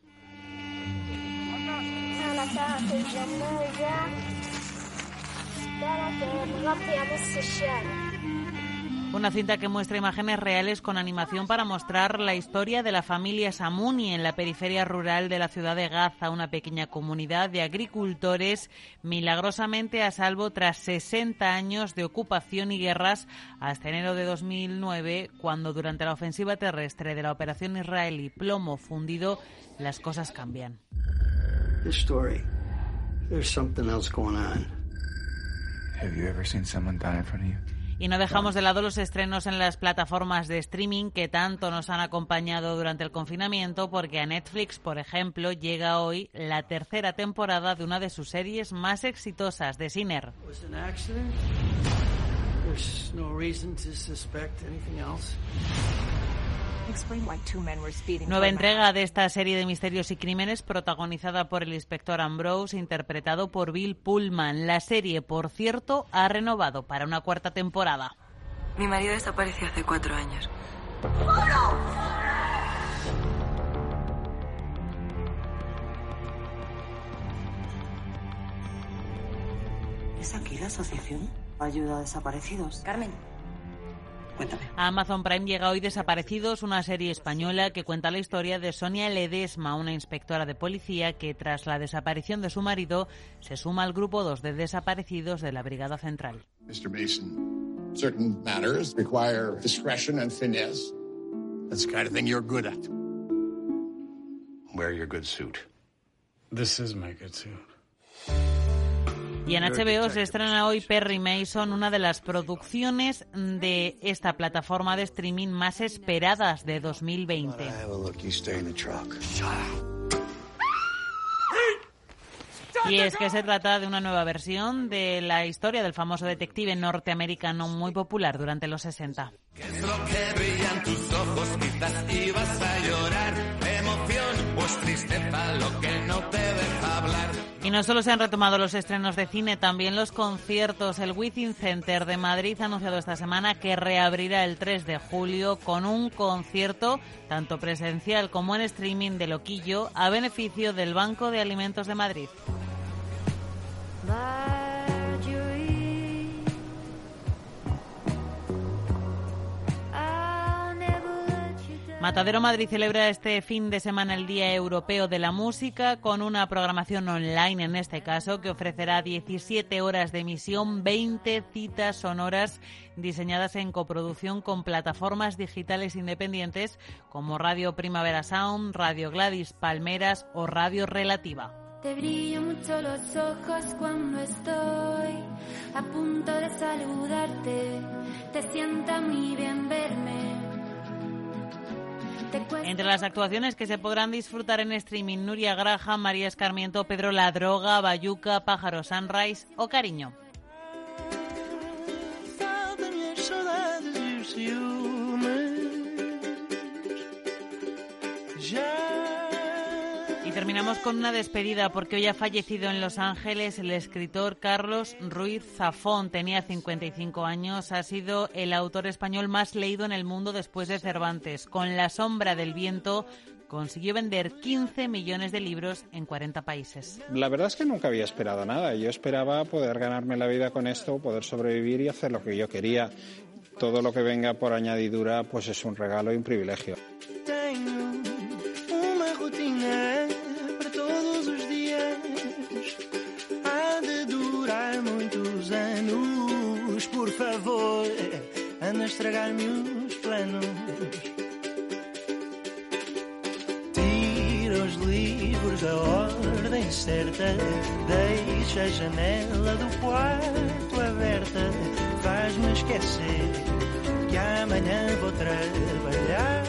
Una cinta que muestra imágenes reales con animación para mostrar la historia de la familia Samuni en la periferia rural de la ciudad de Gaza, una pequeña comunidad de agricultores milagrosamente a salvo tras sesenta años de ocupación y guerras hasta enero de dos mil nueve, cuando durante la ofensiva terrestre de la operación israelí Plomo Fundido las cosas cambian. This story, there's something else going on. Have you ever seen someone die in front of you? Y no dejamos de lado los estrenos en las plataformas de streaming que tanto nos han acompañado durante el confinamiento, porque a Netflix, por ejemplo, llega hoy la tercera temporada de una de sus series más exitosas, The Sinner. Nueva entrega de esta serie de misterios y crímenes protagonizada por el inspector Ambrose, interpretado por Bill Pullman. La serie, por cierto, ha renovado para una cuarta temporada. Mi marido desapareció hace cuatro años. ¿Es aquí la asociación? Ayuda a desaparecidos. Carmen. Cuéntame. A Amazon Prime llega hoy Desaparecidos, una serie española que cuenta la historia de Sonia Ledesma, una inspectora de policía que tras la desaparición de su marido se suma al grupo dos de desaparecidos de la Brigada Central. mister Mason, certain matters require discretion and finesse. That's the kind of thing you're good at. Wear your good suit. This is my good suit. Y en H B O se estrena hoy Perry Mason, una de las producciones de esta plataforma de streaming más esperadas de dos mil veinte. Y es que se trata de una nueva versión de la historia del famoso detective norteamericano muy popular durante los sesenta. ¿Qué es lo que brilla en tus ojos? Quizás ibas a llorar, emoción, pues tristeza, lo que no te deja hablar. Y no solo se han retomado los estrenos de cine, también los conciertos. El Within Center de Madrid ha anunciado esta semana que reabrirá el tres de julio con un concierto tanto presencial como en streaming de Loquillo a beneficio del Banco de Alimentos de Madrid. Matadero Madrid celebra este fin de semana el Día Europeo de la Música con una programación online, en este caso, que ofrecerá diecisiete horas de emisión, veinte citas sonoras diseñadas en coproducción con plataformas digitales independientes como Radio Primavera Sound, Radio Gladys Palmeras o Radio Relativa. Te brillan mucho los ojos cuando estoy a punto de saludarte. Te sienta muy bien verme. Entre las actuaciones que se podrán disfrutar en streaming, Nuria Graham, María Escarmiento, Pedro La Droga, Bayuca, Pájaro Sunrise o Cariño. Y terminamos con una despedida porque hoy ha fallecido en Los Ángeles el escritor Carlos Ruiz Zafón. Tenía cincuenta y cinco años, ha sido el autor español más leído en el mundo después de Cervantes. Con La sombra del viento consiguió vender quince millones de libros en cuarenta países. La verdad es que nunca había esperado nada. Yo esperaba poder ganarme la vida con esto, poder sobrevivir y hacer lo que yo quería. Todo lo que venga por añadidura pues es un regalo y un privilegio. Por favor, anda a estragar-me os planos. Tira os livros da ordem certa, deixa a janela do quarto aberta, faz-me esquecer que amanhã vou trabalhar.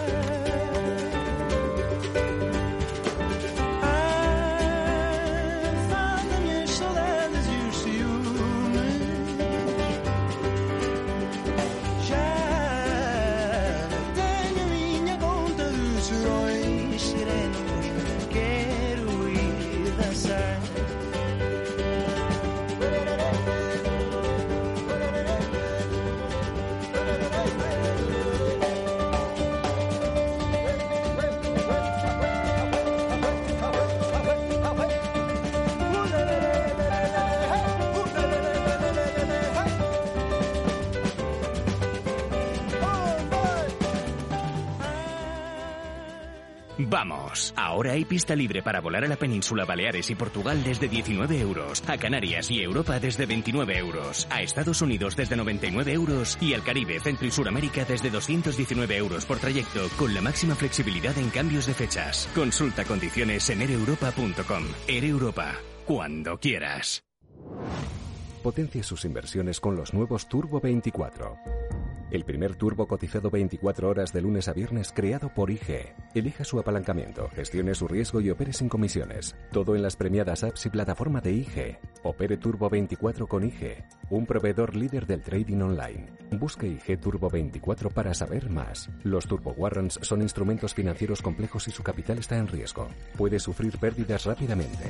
Vamos, ahora hay pista libre para volar a la península Baleares y Portugal desde diecinueve euros, a Canarias y Europa desde veintinueve euros, a Estados Unidos desde noventa y nueve euros y al Caribe, Centro y Suramérica desde doscientos diecinueve euros por trayecto, con la máxima flexibilidad en cambios de fechas. Consulta condiciones en air europa punto com. Air Europa, cuando quieras. Potencia sus inversiones con los nuevos Turbo veinticuatro. El primer turbo cotizado veinticuatro horas de lunes a viernes creado por I G. Elija su apalancamiento, gestione su riesgo y opere sin comisiones. Todo en las premiadas apps y plataforma de I G. Opere Turbo veinticuatro con I G, un proveedor líder del trading online. Busque I G Turbo veinticuatro para saber más. Los Turbo Warrants son instrumentos financieros complejos y su capital está en riesgo. Puede sufrir pérdidas rápidamente.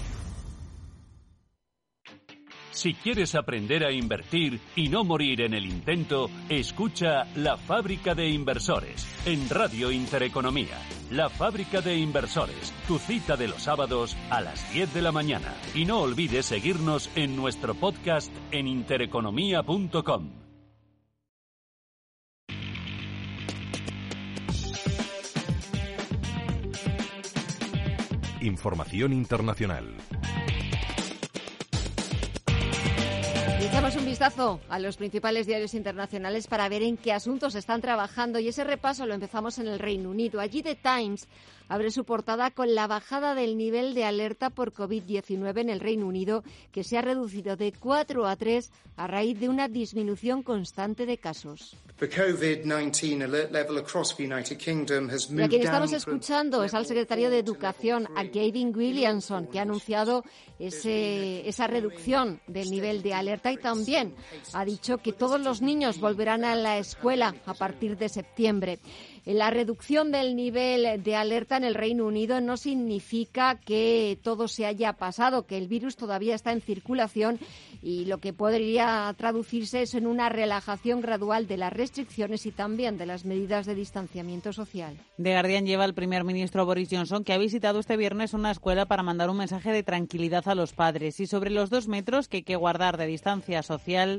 Si quieres aprender a invertir y no morir en el intento, escucha La Fábrica de Inversores en Radio Intereconomía. La Fábrica de Inversores, tu cita de los sábados a las diez de la mañana. Y no olvides seguirnos en nuestro podcast en intereconomía punto com. Información internacional. Echamos un vistazo a los principales diarios internacionales para ver en qué asuntos están trabajando y ese repaso lo empezamos en el Reino Unido. Allí The Times abre su portada con la bajada del nivel de alerta por covid diecinueve en el Reino Unido, que se ha reducido de cuatro a tres a raíz de una disminución constante de casos. The COVID nineteen alert level across the United Kingdom has moved Y a quien down estamos from escuchando es al secretario de Educación, a Gavin Williamson, que ha anunciado ese, esa reducción del nivel de alerta y también ha dicho que todos los niños volverán a la escuela a partir de septiembre. La reducción del nivel de alerta en el Reino Unido no significa que todo se haya pasado, que el virus todavía está en circulación y lo que podría traducirse es en una relajación gradual de las restricciones y también de las medidas de distanciamiento social. The Guardian lleva al primer ministro Boris Johnson, que ha visitado este viernes una escuela para mandar un mensaje de tranquilidad a los padres y sobre los dos metros que hay que guardar de distancia social.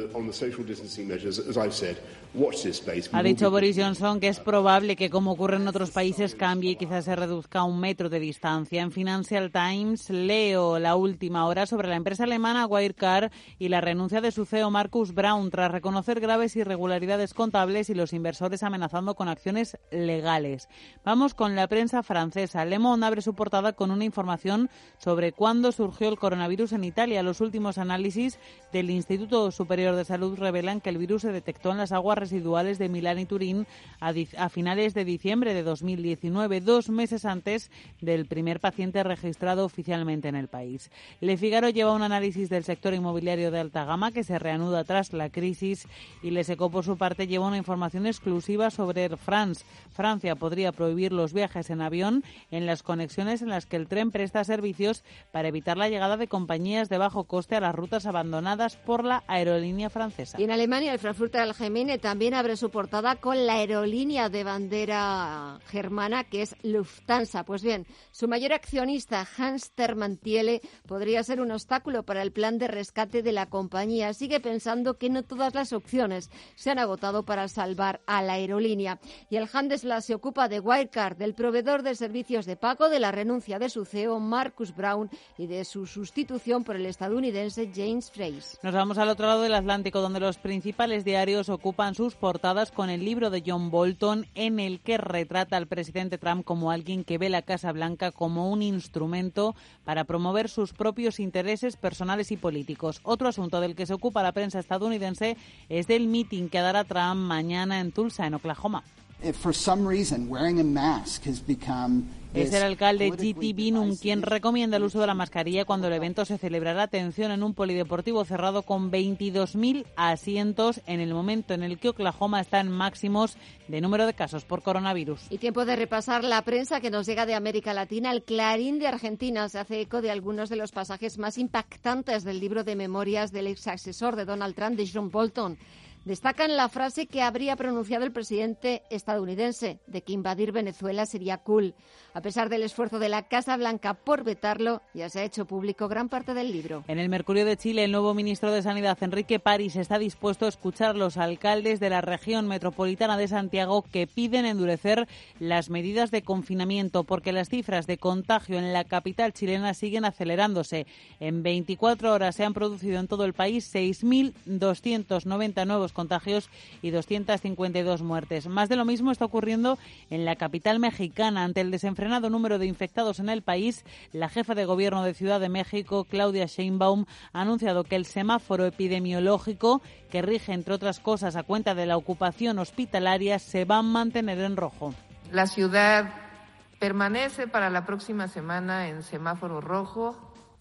Ha dicho Boris Johnson que es probable que, como ocurre en otros países, cambie y quizás se reduzca a un metro de distancia. En Financial Times leo la última hora sobre la empresa alemana Wirecard y la renuncia de su C E O Markus Braun tras reconocer graves irregularidades contables y los inversores amenazando con acciones legales. Vamos con la prensa francesa. Le Monde abre su portada con una información sobre cuándo surgió el coronavirus en Italia. Los últimos análisis del Instituto Superior de Salud revelan que el virus se detectó en las aguas residuales de Milán y Turín a, di- a finales de diciembre de dos mil diecinueve, dos meses antes del primer paciente registrado oficialmente en el país. Le Figaro lleva un análisis del sector inmobiliario de alta gama que se reanuda tras la crisis y Le Secó, por su parte, lleva una información exclusiva sobre Air France. Francia podría prohibir los viajes en avión en las conexiones en las que el tren presta servicios para evitar la llegada de compañías de bajo coste a las rutas abandonadas por la aerolínea francesa. Y en Alemania, el Frankfurter Allgemeine también abre su portada con la aerolínea de bandera germana, que es Lufthansa. Pues bien, su mayor accionista, Hans Hermann Thiele, podría ser un obstáculo para el plan de rescate de la compañía. Sigue pensando que no todas las opciones se han agotado para salvar a la aerolínea. Y el Handelsblatt se ocupa de Wirecard, del proveedor de servicios de pago, de la renuncia de su C E O, Markus Braun, y de su sustitución por el estadounidense James Freys. Nos vamos al otro lado del Atlántico, donde los principales diarios ocupan sus portadas con el libro de John Bolton, en el que retrata al presidente Trump como alguien que ve la Casa Blanca como un instrumento para promover sus propios intereses personales y políticos. Otro asunto del que se ocupa la prensa estadounidense es del meeting que dará Trump mañana en Tulsa, en Oklahoma. For some reason, wearing a mask has become Es el alcalde G T Binum quien recomienda el uso de la mascarilla cuando el evento se celebrará, atención, en un polideportivo cerrado con veintidós mil asientos en el momento en el que Oklahoma está en máximos de número de casos por coronavirus. Y tiempo de repasar la prensa que nos llega de América Latina. El Clarín de Argentina se hace eco de algunos de los pasajes más impactantes del libro de memorias del ex asesor de Donald Trump, de John Bolton. Destacan la frase que habría pronunciado el presidente estadounidense de que invadir Venezuela sería cool. A pesar del esfuerzo de la Casa Blanca por vetarlo, ya se ha hecho público gran parte del libro. En el Mercurio de Chile, el nuevo ministro de Sanidad, Enrique París, está dispuesto a escuchar a los alcaldes de la región metropolitana de Santiago que piden endurecer las medidas de confinamiento porque las cifras de contagio en la capital chilena siguen acelerándose. En veinticuatro horas se han producido en todo el país seis mil doscientos noventa nuevos contagios y doscientas cincuenta y dos muertes. Más de lo mismo está ocurriendo en la capital mexicana. Ante el desenfrenado número de infectados en el país, la jefa de gobierno de Ciudad de México, Claudia Sheinbaum, ha anunciado que el semáforo epidemiológico, que rige, entre otras cosas, a cuenta de la ocupación hospitalaria, se va a mantener en rojo. La ciudad permanece para la próxima semana en semáforo rojo,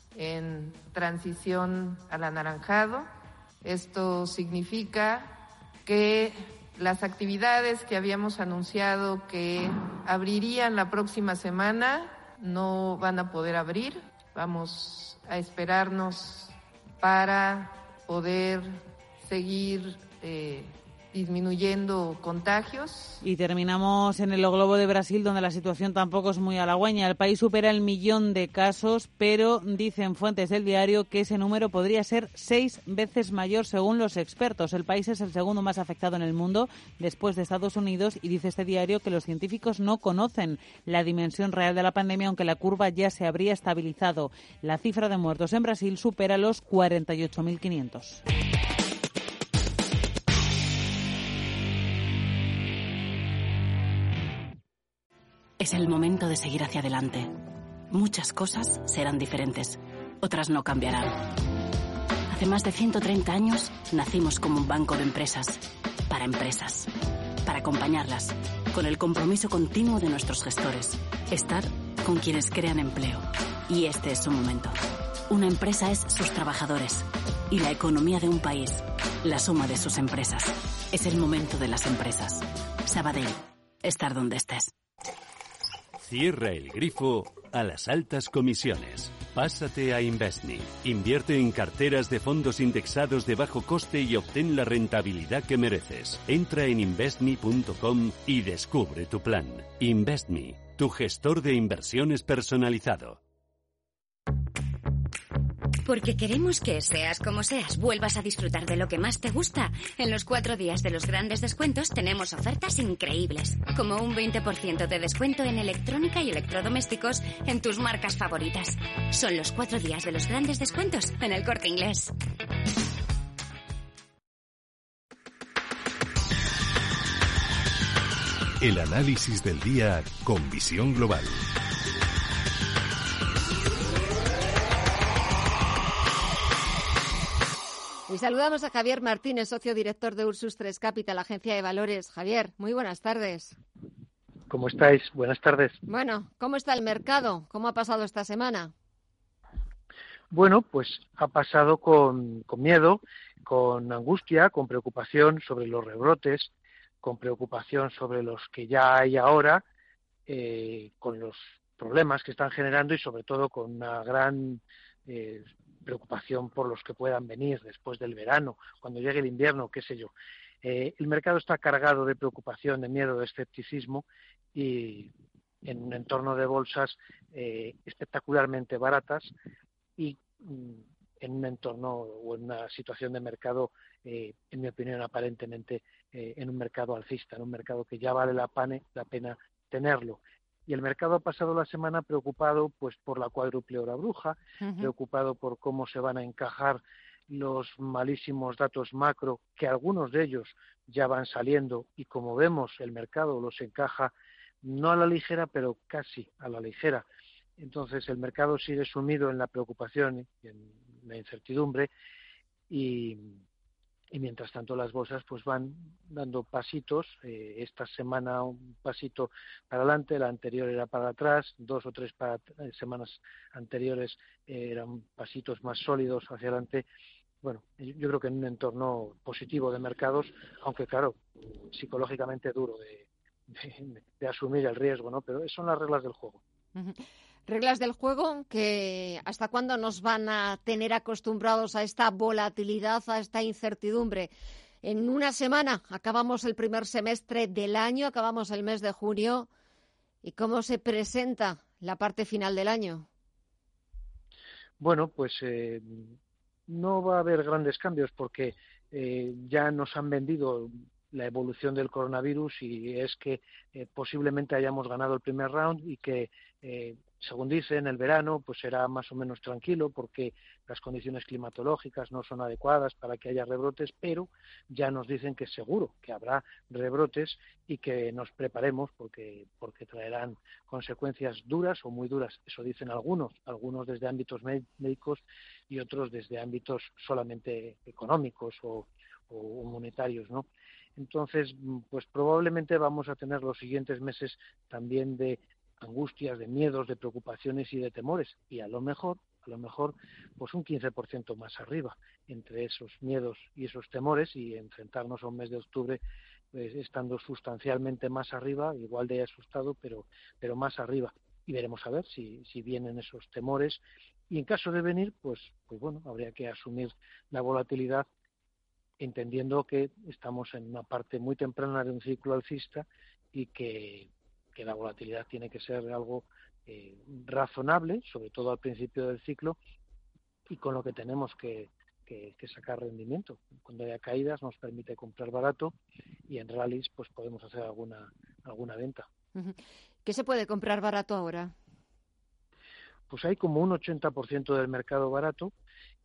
en transición al anaranjado. Esto significa que las actividades que habíamos anunciado que abrirían la próxima semana no van a poder abrir. Vamos a esperarnos para poder seguir eh, disminuyendo contagios. Y terminamos en el globo de Brasil, donde la situación tampoco es muy halagüeña. El país supera el millón de casos, pero dicen fuentes del diario que ese número podría ser seis veces mayor según los expertos. El país es el segundo más afectado en el mundo después de Estados Unidos y dice este diario que los científicos no conocen la dimensión real de la pandemia, aunque la curva ya se habría estabilizado. La cifra de muertos en Brasil supera los cuarenta y ocho mil quinientos. Es el momento de seguir hacia adelante. Muchas cosas serán diferentes, otras no cambiarán. Hace más de ciento treinta años nacimos como un banco de empresas, para empresas, para acompañarlas, con el compromiso continuo de nuestros gestores, estar con quienes crean empleo. Y este es su momento. Una empresa es sus trabajadores y la economía de un país, la suma de sus empresas. Es el momento de las empresas. Sabadell, estar donde estés. Cierra el grifo a las altas comisiones. Pásate a Investme. Invierte en carteras de fondos indexados de bajo coste y obtén la rentabilidad que mereces. Entra en investme punto com y descubre tu plan. Investme, tu gestor de inversiones personalizado. Porque queremos que, seas como seas, vuelvas a disfrutar de lo que más te gusta. En los cuatro días de los grandes descuentos tenemos ofertas increíbles, como un veinte por ciento de descuento en electrónica y electrodomésticos en tus marcas favoritas. Son los cuatro días de los grandes descuentos en El Corte Inglés. El análisis del día con visión global. Y saludamos a Javier Martínez, socio director de Ursus tres Capital, agencia de valores. Javier, muy buenas tardes. ¿Cómo estáis? Buenas tardes. Bueno, ¿cómo está el mercado? ¿Cómo ha pasado esta semana? Bueno, pues ha pasado con, con miedo, con angustia, con preocupación sobre los rebrotes, con preocupación sobre los que ya hay ahora, eh, con los problemas que están generando y sobre todo con una gran eh, preocupación por los que puedan venir después del verano, cuando llegue el invierno, qué sé yo. Eh, el mercado está cargado de preocupación, de miedo, de escepticismo y en un entorno de bolsas eh, espectacularmente baratas y mm, en un entorno o en una situación de mercado, eh, en mi opinión, aparentemente eh, en un mercado alcista, en un mercado que ya vale la, pane, la pena tenerlo. Y el mercado ha pasado la semana preocupado pues por la cuádruple hora bruja, uh-huh. preocupado por cómo se van a encajar los malísimos datos macro, que algunos de ellos ya van saliendo y como vemos el mercado los encaja no a la ligera, pero casi a la ligera. Entonces el mercado sigue sumido en la preocupación y en la incertidumbre y, y mientras tanto las bolsas pues van dando pasitos. Eh, esta semana un pasito para adelante, la anterior era para atrás, dos o tres para, eh, semanas anteriores eh, eran pasitos más sólidos hacia adelante. Bueno, yo creo que en un entorno positivo de mercados, aunque claro, psicológicamente duro de, de, de asumir el riesgo, ¿no? Pero son las reglas del juego. Uh-huh. Reglas del juego que hasta cuándo nos van a tener acostumbrados a esta volatilidad, a esta incertidumbre. En una semana acabamos el primer semestre del año, acabamos el mes de junio. ¿Y cómo se presenta la parte final del año? Bueno, pues eh, no va a haber grandes cambios porque eh, ya nos han vendido la evolución del coronavirus y es que eh, posiblemente hayamos ganado el primer round y que eh, según dicen, el verano pues será más o menos tranquilo porque las condiciones climatológicas no son adecuadas para que haya rebrotes, pero ya nos dicen que seguro que habrá rebrotes y que nos preparemos porque, porque traerán consecuencias duras o muy duras. Eso dicen algunos, algunos desde ámbitos médicos y otros desde ámbitos solamente económicos o, o monetarios, ¿no? Entonces, pues probablemente vamos a tener los siguientes meses también de angustias, de miedos, de preocupaciones y de temores y a lo mejor, a lo mejor, pues un quince por ciento más arriba entre esos miedos y esos temores y enfrentarnos a un mes de octubre pues, estando sustancialmente más arriba, igual de asustado, pero pero más arriba y veremos a ver si si vienen esos temores y en caso de venir, pues pues bueno, habría que asumir la volatilidad entendiendo que estamos en una parte muy temprana de un ciclo alcista y que, que la volatilidad tiene que ser algo eh, razonable, sobre todo al principio del ciclo, y con lo que tenemos que, que, que sacar rendimiento. Cuando haya caídas nos permite comprar barato y en rallies pues podemos hacer alguna, alguna venta. ¿Qué se puede comprar barato ahora? Pues hay como un ochenta por ciento del mercado barato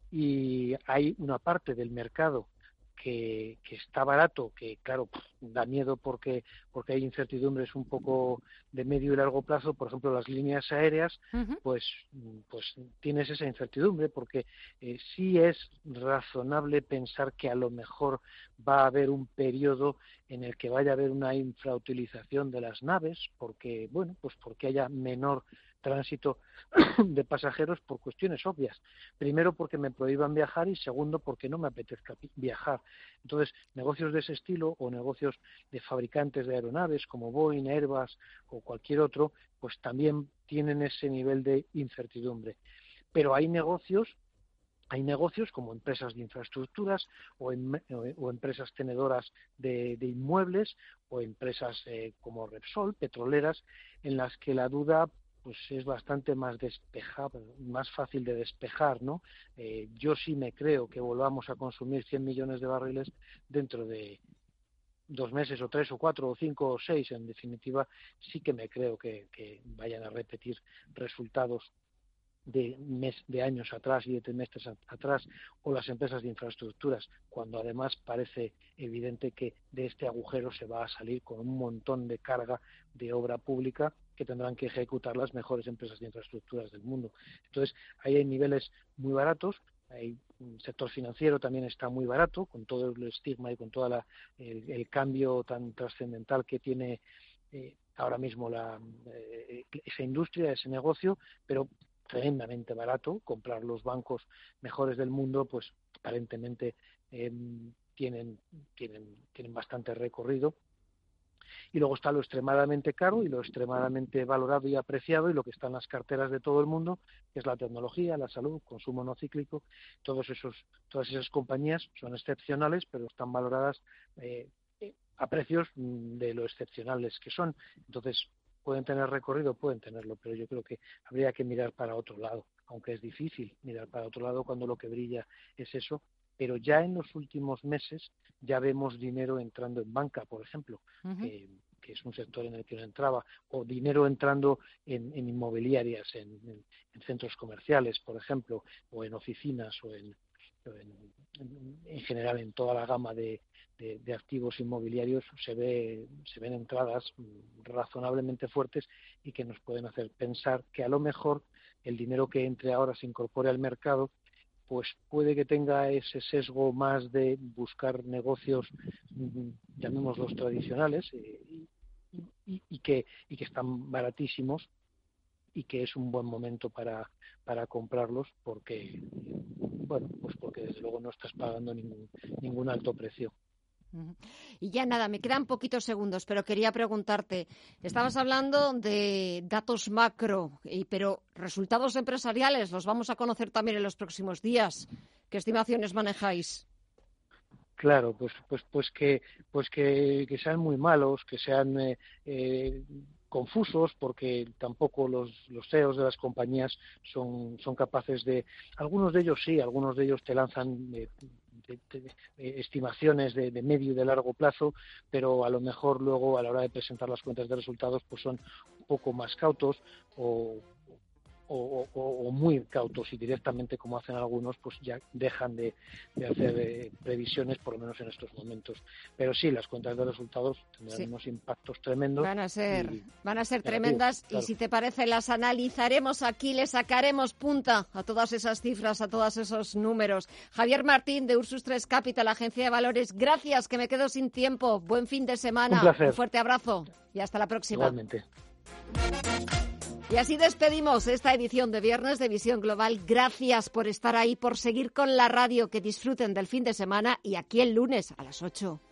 y hay una parte del mercado que, que está barato, que claro, da miedo porque porque hay incertidumbres un poco de medio y largo plazo. Por ejemplo, las líneas aéreas, uh-huh. pues pues tienes esa incertidumbre porque eh, sí es razonable pensar que a lo mejor va a haber un periodo en el que vaya a haber una infrautilización de las naves, porque bueno, pues porque haya menor tránsito de pasajeros por cuestiones obvias. Primero porque me prohíban viajar y segundo porque no me apetezca viajar. Entonces, negocios de ese estilo o negocios de fabricantes de aeronaves como Boeing, Airbus o cualquier otro, pues también tienen ese nivel de incertidumbre. Pero hay negocios Hay negocios como empresas de infraestructuras o, en, o, o empresas tenedoras de, de inmuebles o empresas eh, como Repsol, petroleras, en las que la duda pues es bastante más despejable, más fácil de despejar, ¿no? Eh, yo sí me creo que volvamos a consumir cien millones de barriles dentro de dos meses o tres o cuatro o cinco o seis. En definitiva, sí que me creo que, que vayan a repetir resultados de mes de años atrás y de trimestres atrás, o las empresas de infraestructuras, cuando además parece evidente que de este agujero se va a salir con un montón de carga de obra pública que tendrán que ejecutar las mejores empresas de infraestructuras del mundo. Entonces, ahí hay niveles muy baratos. Hay un sector financiero también está muy barato, con todo el estigma y con todo el, el cambio tan trascendental que tiene eh, ahora mismo la, eh, esa industria, ese negocio, pero tremendamente barato. Comprar los bancos mejores del mundo, pues aparentemente eh, tienen, tienen, tienen bastante recorrido. Y luego está lo extremadamente caro y lo extremadamente valorado y apreciado, y lo que está en las carteras de todo el mundo, que es la tecnología, la salud, consumo no cíclico. Todos esos, todas esas compañías son excepcionales, pero están valoradas eh, a precios de lo excepcionales que son. Entonces, pueden tener recorrido, pueden tenerlo, pero yo creo que habría que mirar para otro lado, aunque es difícil mirar para otro lado cuando lo que brilla es eso. Pero ya en los últimos meses ya vemos dinero entrando en banca, por ejemplo, uh-huh. que, que es un sector en el que no entraba, o dinero entrando en, en inmobiliarias, en, en, en centros comerciales, por ejemplo, o en oficinas, o en, o en, en, en general en toda la gama de, de, de activos inmobiliarios se ve se ven entradas razonablemente fuertes y que nos pueden hacer pensar que a lo mejor el dinero que entre ahora se incorpore al mercado pues puede que tenga ese sesgo más de buscar negocios, llamémoslos tradicionales, eh, y, y, que, y que están baratísimos y que es un buen momento para, para comprarlos porque, bueno, pues porque desde luego no estás pagando ningún, ningún alto precio. Y ya nada, me quedan poquitos segundos, pero quería preguntarte, estabas hablando de datos macro, pero resultados empresariales los vamos a conocer también en los próximos días. ¿Qué estimaciones manejáis? Claro, pues pues pues que pues que, que sean muy malos, que sean eh, eh, confusos, porque tampoco los, los C E Os de las compañías son son capaces de, algunos de ellos sí, algunos de ellos te lanzan eh, De, de, de estimaciones de, de medio y de largo plazo, pero a lo mejor luego a la hora de presentar las cuentas de resultados pues son un poco más cautos o, o, o, o muy cautos, y directamente, como hacen algunos, pues ya dejan de, de hacer eh, previsiones, por lo menos en estos momentos. Pero sí, las cuentas de resultados tendrán sí. unos impactos tremendos. Van a ser, y, van a ser tremendas, claro. Y si te parece las analizaremos aquí, le sacaremos punta a todas esas cifras, a todos esos números. Javier Martín, de Ursus tres Capital, agencia de valores, gracias, que me quedo sin tiempo. Buen fin de semana. Un placer. Un fuerte abrazo y hasta la próxima. Igualmente. Y así despedimos esta edición de viernes de Visión Global. Gracias por estar ahí, por seguir con la radio. Que disfruten del fin de semana y aquí el lunes a las ocho.